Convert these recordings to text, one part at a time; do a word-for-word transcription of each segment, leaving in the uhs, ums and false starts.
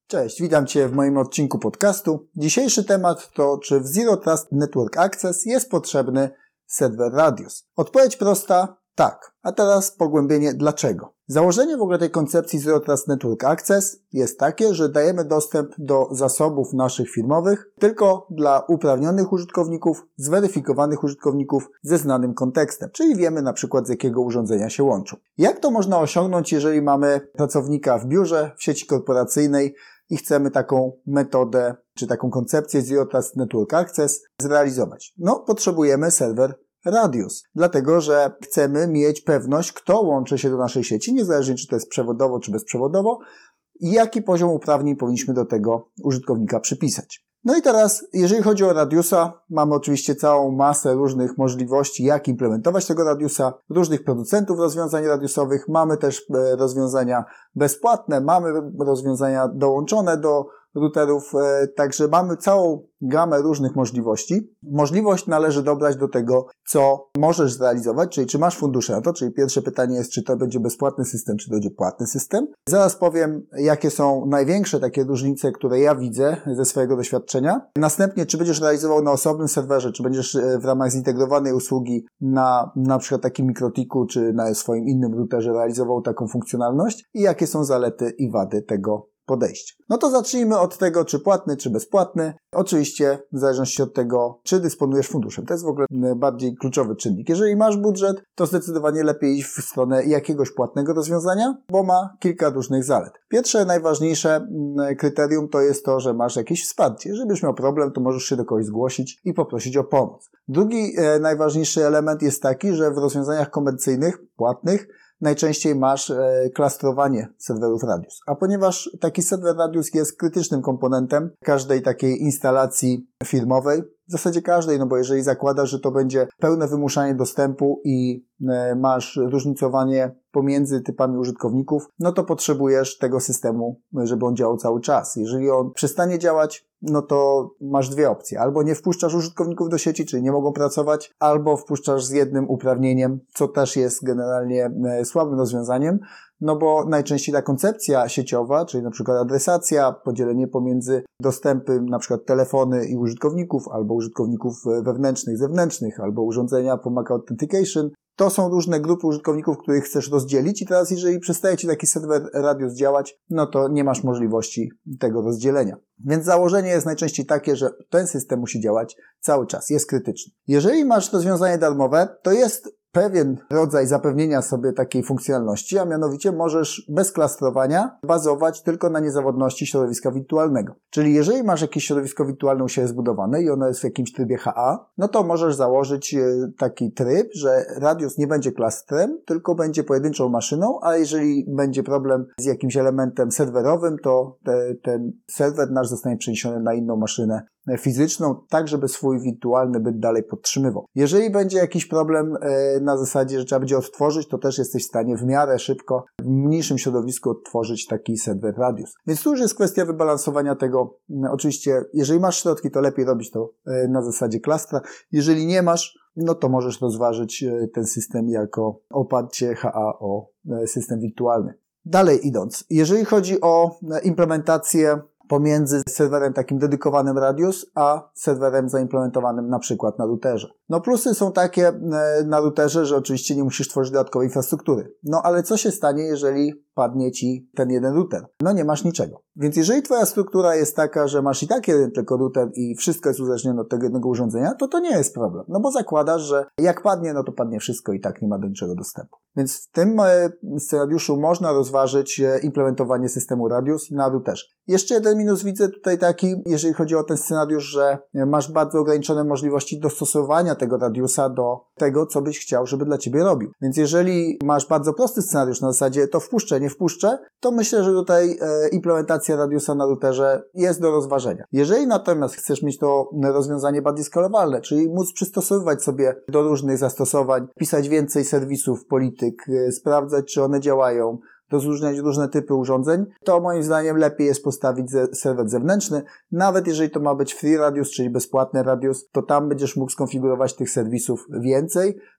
Cześć, witam Cię w moim odcinku podcastu. Dzisiejszy temat to, czy w Zero Trust Network Access jest potrzebny serwer Radius. Odpowiedź prosta, tak. A teraz pogłębienie dlaczego. Założenie w ogóle tej koncepcji Zero Trust Network Access jest takie, że dajemy dostęp do zasobów naszych firmowych tylko dla uprawnionych użytkowników, zweryfikowanych użytkowników ze znanym kontekstem, czyli wiemy na przykład z jakiego urządzenia się łączą. Jak to można osiągnąć, jeżeli mamy pracownika w biurze, w sieci korporacyjnej i chcemy taką metodę, czy taką koncepcję Zero Trust Network Access zrealizować? No, potrzebujemy serwer Radius, dlatego że chcemy mieć pewność, kto łączy się do naszej sieci, niezależnie czy to jest przewodowo, czy bezprzewodowo i jaki poziom uprawnień powinniśmy do tego użytkownika przypisać. No i teraz, jeżeli chodzi o Radiusa, mamy oczywiście całą masę różnych możliwości, jak implementować tego Radiusa, różnych producentów rozwiązań radiusowych, mamy też rozwiązania bezpłatne, mamy rozwiązania dołączone do routerów, także mamy całą gamę różnych możliwości. Możliwość należy dobrać do tego, co możesz zrealizować, czyli czy masz fundusze na to, czyli pierwsze pytanie jest, czy to będzie bezpłatny system, czy to będzie płatny system. Zaraz powiem, jakie są największe takie różnice, które ja widzę ze swojego doświadczenia. Następnie, czy będziesz realizował na osobnym serwerze, czy będziesz w ramach zintegrowanej usługi na na przykład takim mikrotiku, czy na swoim innym routerze realizował taką funkcjonalność i jakie są zalety i wady tego podejście. No to zacznijmy od tego, czy płatny, czy bezpłatny. Oczywiście w zależności od tego, czy dysponujesz funduszem. To jest w ogóle bardziej kluczowy czynnik. Jeżeli masz budżet, to zdecydowanie lepiej iść w stronę jakiegoś płatnego rozwiązania, bo ma kilka różnych zalet. Pierwsze, najważniejsze kryterium to jest to, że masz jakieś wsparcie. Jeżeli byś miał problem, to możesz się do kogoś zgłosić i poprosić o pomoc. Drugi e, najważniejszy element jest taki, że w rozwiązaniach komercyjnych, płatnych, najczęściej masz e, klastrowanie serwerów Radius. A ponieważ taki serwer Radius jest krytycznym komponentem każdej takiej instalacji firmowej, w zasadzie każdej, no bo jeżeli zakładasz, że to będzie pełne wymuszanie dostępu i e, masz różnicowanie pomiędzy typami użytkowników, no to potrzebujesz tego systemu, żeby on działał cały czas. Jeżeli on przestanie działać, no to masz dwie opcje. Albo nie wpuszczasz użytkowników do sieci, czyli nie mogą pracować, albo wpuszczasz z jednym uprawnieniem, co też jest generalnie e, słabym rozwiązaniem, no bo najczęściej ta koncepcja sieciowa, czyli na przykład adresacja, podzielenie pomiędzy dostępy, na przykład telefony i użytkowników, albo użytkowników wewnętrznych, zewnętrznych, albo urządzenia Pomag Authentication, to są różne grupy użytkowników, których chcesz rozdzielić i teraz jeżeli przestaje Ci taki serwer Radius działać, no to nie masz możliwości tego rozdzielenia. Więc założenie jest najczęściej takie, że ten system musi działać cały czas, jest krytyczny. Jeżeli masz rozwiązanie darmowe, to jest pewien rodzaj zapewnienia sobie takiej funkcjonalności, a mianowicie możesz bez klastrowania bazować tylko na niezawodności środowiska wirtualnego. Czyli jeżeli masz jakieś środowisko wirtualne u siebie zbudowane i ono jest w jakimś trybie H A, no to możesz założyć taki tryb, że Radius nie będzie klastrem, tylko będzie pojedynczą maszyną, a jeżeli będzie problem z jakimś elementem serwerowym, to te, ten serwer nasz zostanie przeniesiony na inną maszynę fizyczną, tak żeby swój wirtualny byt dalej podtrzymywał. Jeżeli będzie jakiś problem na zasadzie, że trzeba będzie odtworzyć, to też jesteś w stanie w miarę szybko w mniejszym środowisku odtworzyć taki serwer Radius. Więc tu już jest kwestia wybalansowania tego. Oczywiście, jeżeli masz środki, to lepiej robić to na zasadzie klastra. Jeżeli nie masz, no to możesz rozważyć ten system jako oparcie H A o system wirtualny. Dalej idąc, jeżeli chodzi o implementację pomiędzy serwerem takim dedykowanym Radius, a serwerem zaimplementowanym na przykład na routerze. No plusy są takie na routerze, że oczywiście nie musisz tworzyć dodatkowej infrastruktury. No ale co się stanie, jeżeli padnie Ci ten jeden router? No nie masz niczego. Więc jeżeli Twoja struktura jest taka, że masz i tak jeden tylko router i wszystko jest uzależnione od tego jednego urządzenia, to to nie jest problem. No bo zakładasz, że jak padnie, no to padnie wszystko i tak nie ma do niczego dostępu. Więc w tym scenariuszu można rozważyć implementowanie systemu Radius na routerze. Jeszcze jeden minus widzę tutaj taki, jeżeli chodzi o ten scenariusz, że masz bardzo ograniczone możliwości dostosowania tego Radiusa do tego, co byś chciał, żeby dla Ciebie robił. Więc jeżeli masz bardzo prosty scenariusz na zasadzie to wpuszczę, nie wpuszczę, to myślę, że tutaj implementacja Radiusa na routerze jest do rozważenia. Jeżeli natomiast chcesz mieć to rozwiązanie bardziej skalowalne, czyli móc przystosowywać sobie do różnych zastosowań, pisać więcej serwisów, polityk, sprawdzać, czy one działają, rozróżniać różne typy urządzeń, to moim zdaniem lepiej jest postawić serwer zewnętrzny. Nawet jeżeli to ma być free Radius, czyli bezpłatny Radius, to tam będziesz mógł skonfigurować tych serwisów więcej,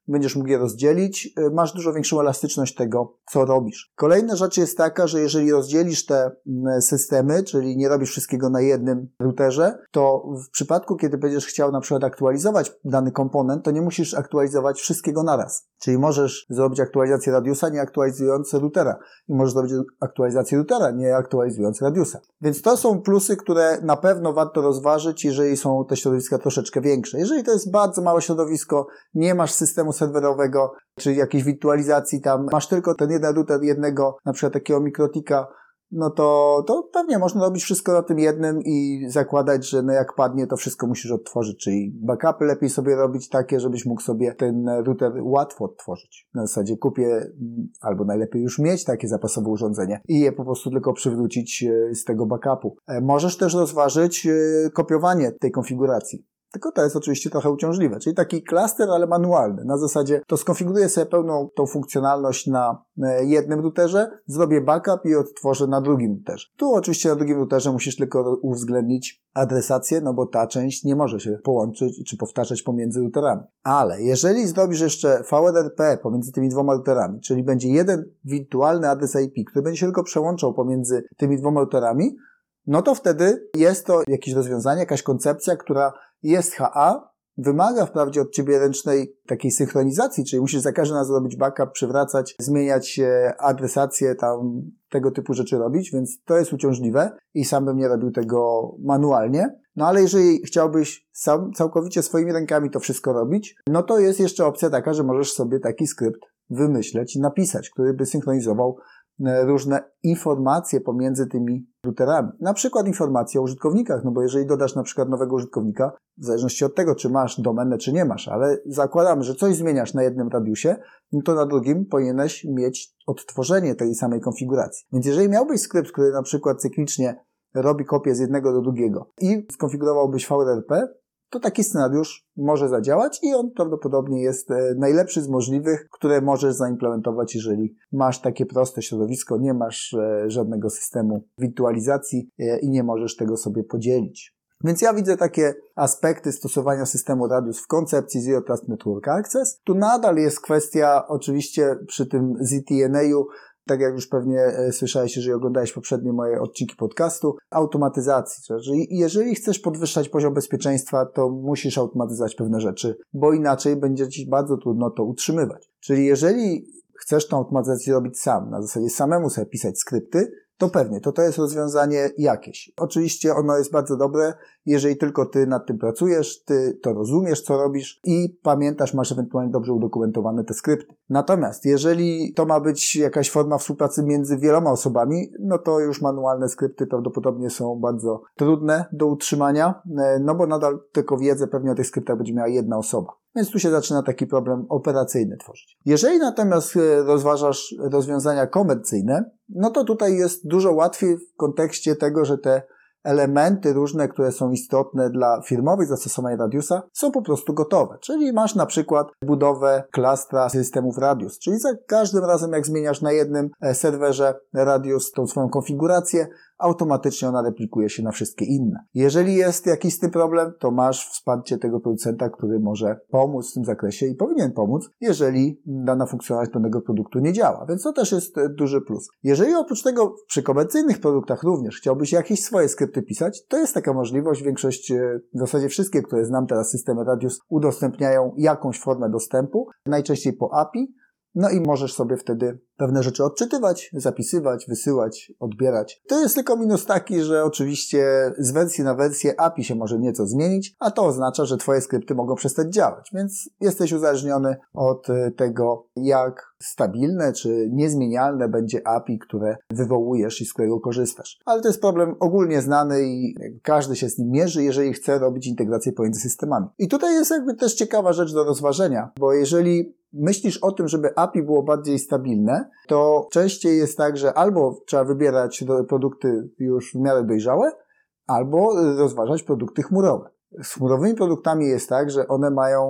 będziesz mógł je rozdzielić, masz dużo większą elastyczność tego, co robisz. Kolejna rzecz jest taka, że jeżeli rozdzielisz te systemy, czyli nie robisz wszystkiego na jednym routerze, to w przypadku, kiedy będziesz chciał na przykład aktualizować dany komponent, to nie musisz aktualizować wszystkiego naraz. Czyli możesz zrobić aktualizację radiusa, nie aktualizując routera. I możesz zrobić aktualizację routera, nie aktualizując radiusa. Więc to są plusy, które na pewno warto rozważyć, jeżeli są te środowiska troszeczkę większe. Jeżeli to jest bardzo małe środowisko, nie masz systemu serwerowego, czy jakiejś wirtualizacji tam, masz tylko ten jeden router jednego, na przykład takiego mikrotika, no to, to pewnie można robić wszystko na tym jednym i zakładać, że no jak padnie, to wszystko musisz odtworzyć, czyli backupy lepiej sobie robić takie, żebyś mógł sobie ten router łatwo odtworzyć. Na zasadzie kupię, albo najlepiej już mieć takie zapasowe urządzenie i je po prostu tylko przywrócić z tego backupu. Możesz też rozważyć kopiowanie tej konfiguracji. Tylko to jest oczywiście trochę uciążliwe, czyli taki klaster, ale manualny. Na zasadzie to skonfiguruję sobie pełną tą funkcjonalność na jednym routerze, zrobię backup i odtworzę na drugim routerze. Tu oczywiście na drugim routerze musisz tylko uwzględnić adresację, no bo ta część nie może się połączyć czy powtarzać pomiędzy routerami. Ale jeżeli zrobisz jeszcze V R R P pomiędzy tymi dwoma routerami, czyli będzie jeden wirtualny adres I P, który będzie się tylko przełączał pomiędzy tymi dwoma routerami, no to wtedy jest to jakieś rozwiązanie, jakaś koncepcja, która jest H A, wymaga wprawdzie od Ciebie ręcznej takiej synchronizacji, czyli musisz za każdym razem zrobić backup, przywracać, zmieniać adresację, tam tego typu rzeczy robić, więc to jest uciążliwe i sam bym nie robił tego manualnie. No ale jeżeli chciałbyś sam całkowicie swoimi rękami to wszystko robić, no to jest jeszcze opcja taka, że możesz sobie taki skrypt wymyśleć i napisać, który by synchronizował różne informacje pomiędzy tymi routerami. Na przykład informacje o użytkownikach, no bo jeżeli dodasz na przykład nowego użytkownika, w zależności od tego, czy masz domenę, czy nie masz, ale zakładamy, że coś zmieniasz na jednym radiusie, no to na drugim powinieneś mieć odtworzenie tej samej konfiguracji. Więc jeżeli miałbyś skrypt, który na przykład cyklicznie robi kopię z jednego do drugiego i skonfigurowałbyś V R R P, to taki scenariusz może zadziałać i on prawdopodobnie jest najlepszy z możliwych, które możesz zaimplementować, jeżeli masz takie proste środowisko, nie masz żadnego systemu wirtualizacji i nie możesz tego sobie podzielić. Więc ja widzę takie aspekty stosowania systemu Radius w koncepcji Zero Trust Network Access. Tu nadal jest kwestia, oczywiście przy tym Z T N A-u, tak jak już pewnie słyszałeś, jeżeli oglądałeś poprzednie moje odcinki podcastu, automatyzacji. Czyli jeżeli chcesz podwyższać poziom bezpieczeństwa, to musisz automatyzować pewne rzeczy, bo inaczej będzie Ci bardzo trudno to utrzymywać. Czyli jeżeli chcesz tą automatyzację robić sam, na zasadzie samemu sobie pisać skrypty, to pewnie, to to jest rozwiązanie jakieś. Oczywiście ono jest bardzo dobre, jeżeli tylko Ty nad tym pracujesz, Ty to rozumiesz, co robisz i pamiętasz, masz ewentualnie dobrze udokumentowane te skrypty. Natomiast jeżeli to ma być jakaś forma współpracy między wieloma osobami, no to już manualne skrypty prawdopodobnie są bardzo trudne do utrzymania, no bo nadal tylko wiedzę pewnie o tych skryptach będzie miała jedna osoba. Więc tu się zaczyna taki problem operacyjny tworzyć. Jeżeli natomiast rozważasz rozwiązania komercyjne, no to tutaj jest dużo łatwiej w kontekście tego, że te elementy różne, które są istotne dla firmowych zastosowań Radiusa, są po prostu gotowe. Czyli masz na przykład budowę klastra systemów Radius, czyli za każdym razem jak zmieniasz na jednym serwerze Radius tą swoją konfigurację, automatycznie ona replikuje się na wszystkie inne. Jeżeli jest jakiś z tym problem, to masz wsparcie tego producenta, który może pomóc w tym zakresie i powinien pomóc, jeżeli dana funkcjonalność danego produktu nie działa. Więc to też jest duży plus. Jeżeli oprócz tego przy komercyjnych produktach również chciałbyś jakieś swoje skrypty pisać, to jest taka możliwość. Większość, w zasadzie wszystkie, które znam teraz, systemy Radius udostępniają jakąś formę dostępu, najczęściej po A P I. No i możesz sobie wtedy pewne rzeczy odczytywać, zapisywać, wysyłać, odbierać. To jest tylko minus taki, że oczywiście z wersji na wersję A P I się może nieco zmienić, a to oznacza, że Twoje skrypty mogą przestać działać, więc jesteś uzależniony od tego, jak stabilne czy niezmienialne będzie A P I, które wywołujesz i z którego korzystasz. Ale to jest problem ogólnie znany i każdy się z nim mierzy, jeżeli chce robić integrację pomiędzy systemami. I tutaj jest jakby też ciekawa rzecz do rozważenia, bo jeżeli myślisz o tym, żeby A P I było bardziej stabilne, to częściej jest tak, że albo trzeba wybierać produkty już w miarę dojrzałe, albo rozważać produkty chmurowe. Z chmurowymi produktami jest tak, że one mają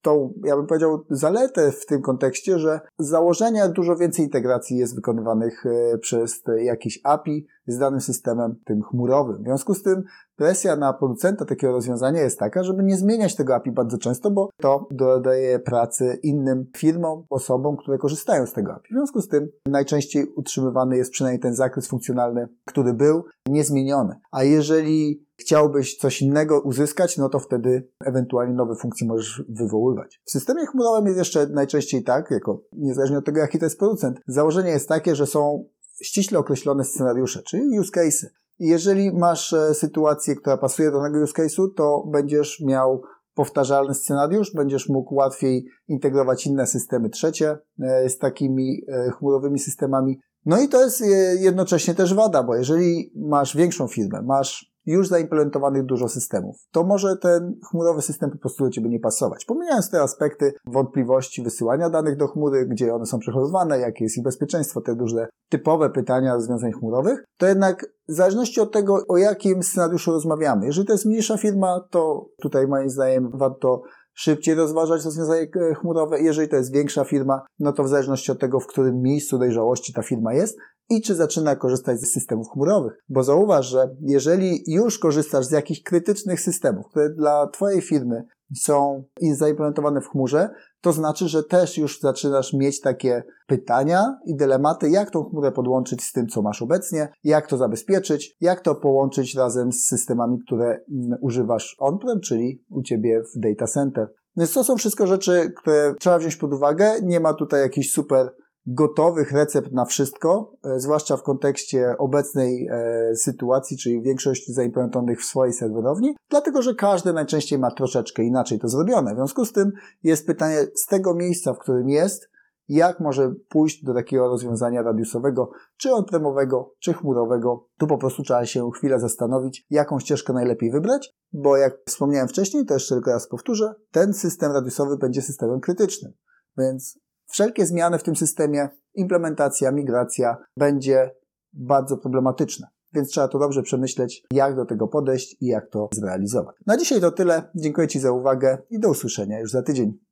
tą, ja bym powiedział, zaletę w tym kontekście, że z założenia dużo więcej integracji jest wykonywanych przez jakiś A P I z danym systemem, tym chmurowym. W związku z tym presja na producenta takiego rozwiązania jest taka, żeby nie zmieniać tego A P I bardzo często, bo to dodaje pracy innym firmom, osobom, które korzystają z tego A P I. W związku z tym najczęściej utrzymywany jest przynajmniej ten zakres funkcjonalny, który był, niezmieniony. A jeżeli chciałbyś coś innego uzyskać, no to wtedy ewentualnie nowe funkcje możesz wywoływać. W systemie chmurowym jest jeszcze najczęściej tak, jako niezależnie od tego, jaki to jest producent, założenie jest takie, że są ściśle określone scenariusze, czyli use case'y. I jeżeli masz sytuację, która pasuje do danego use case'u, to będziesz miał powtarzalny scenariusz, będziesz mógł łatwiej integrować inne systemy trzecie z takimi chmurowymi systemami. No i to jest jednocześnie też wada, bo jeżeli masz większą firmę, masz już zaimplementowanych dużo systemów, to może ten chmurowy system po prostu do Ciebie nie pasować. Pomijając te aspekty wątpliwości wysyłania danych do chmury, gdzie one są przechowywane, jakie jest ich bezpieczeństwo, te różne typowe pytania rozwiązań chmurowych, to jednak w zależności od tego, o jakim scenariuszu rozmawiamy. Jeżeli to jest mniejsza firma, to tutaj moim zdaniem warto szybciej rozważać rozwiązanie chmurowe. Jeżeli to jest większa firma, no to w zależności od tego, w którym miejscu dojrzałości ta firma jest i czy zaczyna korzystać z systemów chmurowych. Bo zauważ, że jeżeli już korzystasz z jakichś krytycznych systemów, które dla Twojej firmy są zaimplementowane w chmurze, to znaczy, że też już zaczynasz mieć takie pytania i dylematy, jak tą chmurę podłączyć z tym, co masz obecnie, jak to zabezpieczyć, jak to połączyć razem z systemami, które używasz on-prem, czyli u Ciebie w data center. Więc to są wszystko rzeczy, które trzeba wziąć pod uwagę. Nie ma tutaj jakichś super gotowych recept na wszystko, zwłaszcza w kontekście obecnej e, sytuacji, czyli większość zaimplementowanych w swojej serwerowni, dlatego że każdy najczęściej ma troszeczkę inaczej to zrobione. W związku z tym jest pytanie z tego miejsca, w którym jest, jak może pójść do takiego rozwiązania radiusowego, czy on-premowego, czy chmurowego. Tu po prostu trzeba się chwilę zastanowić, jaką ścieżkę najlepiej wybrać, bo jak wspomniałem wcześniej, to jeszcze tylko raz powtórzę, ten system radiusowy będzie systemem krytycznym, więc wszelkie zmiany w tym systemie, implementacja, migracja będzie bardzo problematyczna. Więc trzeba to dobrze przemyśleć, jak do tego podejść i jak to zrealizować. Na dzisiaj to tyle. Dziękuję Ci za uwagę i do usłyszenia już za tydzień.